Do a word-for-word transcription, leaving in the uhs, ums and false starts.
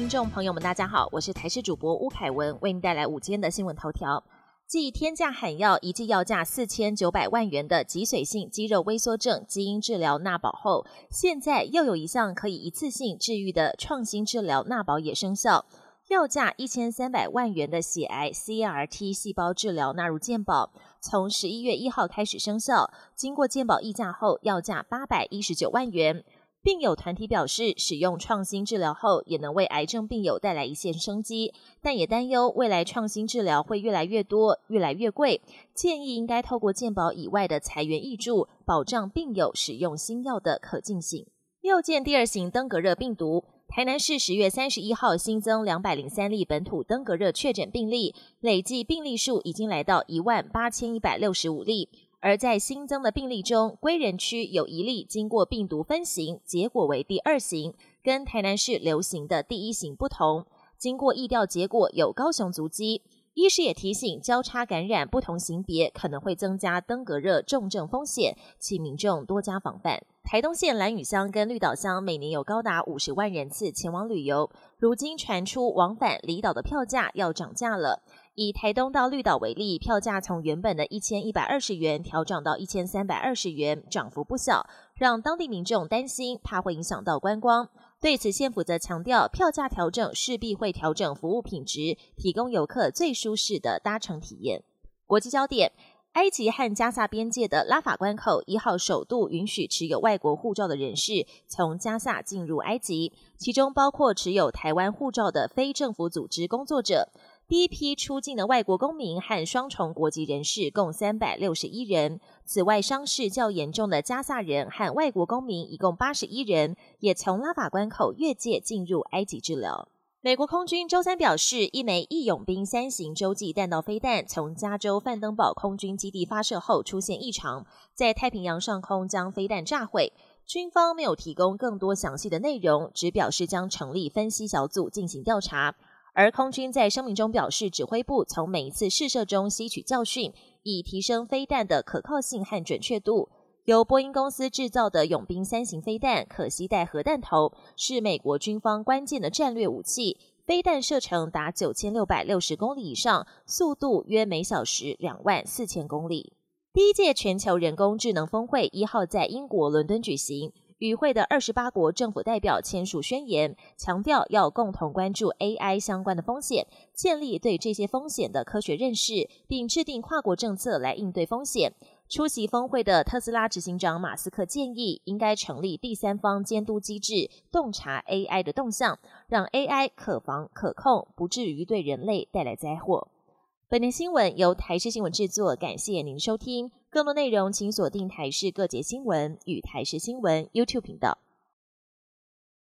听众朋友们，大家好，我是台视主播巫凯文，为您带来午间的新闻头条。继天价喊要一剂要价四千九百万元的脊髓性肌肉萎缩症基因治疗纳保后，现在又有一项可以一次性治愈的创新治疗纳保也生效，要价一千三百万元的血癌 C A R T 细胞治疗纳入健保，从十一月一号开始生效，经过健保议价后，要价八百一十九万元。病友团体表示，使用创新治疗后也能为癌症病友带来一线生机，但也担忧未来创新治疗会越来越多、越来越贵，建议应该透过健保以外的财源挹注，保障病友使用新药的可进性。又见第二型登革热病毒，台南市十月三十一号新增两百零三例本土登革热确诊病例，累计病例数已经来到一万八千一百六十五例。而在新增的病例中，归仁区有一例经过病毒分型，结果为第二型，跟台南市流行的第一型不同。经过疫调结果有高雄足迹。医师也提醒，交叉感染不同型别可能会增加登革热重症风险，请民众多加防范。台东县兰屿乡跟绿岛乡每年有高达五十万人次前往旅游，如今传出往返离岛的票价要涨价了。以台东到绿岛为例，票价从原本的一千一百二十元调涨到一千三百二十元，涨幅不小，让当地民众担心，怕会影响到观光。对此，县府则强调，票价调整势必会调整服务品质，提供游客最舒适的搭乘体验。国际焦点，埃及和加萨边界的拉法关口一号首度允许持有外国护照的人士从加萨进入埃及，其中包括持有台湾护照的非政府组织工作者。第一批出境的外国公民和双重国籍人士共三百六十一人，此外伤势较严重的加萨人和外国公民一共八十一人，也从拉法关口越界进入埃及治疗。美国空军周三表示，一枚义勇兵三型洲际弹道飞弹从加州范登堡空军基地发射后出现异常，在太平洋上空将飞弹炸毁。军方没有提供更多详细的内容，只表示将成立分析小组进行调查。而空军在声明中表示，指挥部从每一次试射中吸取教训，以提升飞弹的可靠性和准确度。由波音公司制造的勇兵三型飞弹可携带核弹头，是美国军方关键的战略武器。飞弹射程达九千六百六十公里以上，速度约每小时两万四千公里。第一届全球人工智能峰会一号在英国伦敦举行。与会的二十八国政府代表签署宣言，强调要共同关注 A I 相关的风险，建立对这些风险的科学认识，并制定跨国政策来应对风险。出席峰会的特斯拉执行长马斯克建议，应该成立第三方监督机制，洞察 A I 的动向，让 A I 可防可控，不至于对人类带来灾祸。本年新闻由台视新闻制作，感谢您收听。更多内容请锁定台视各节新闻与台视新闻 YouTube 频道。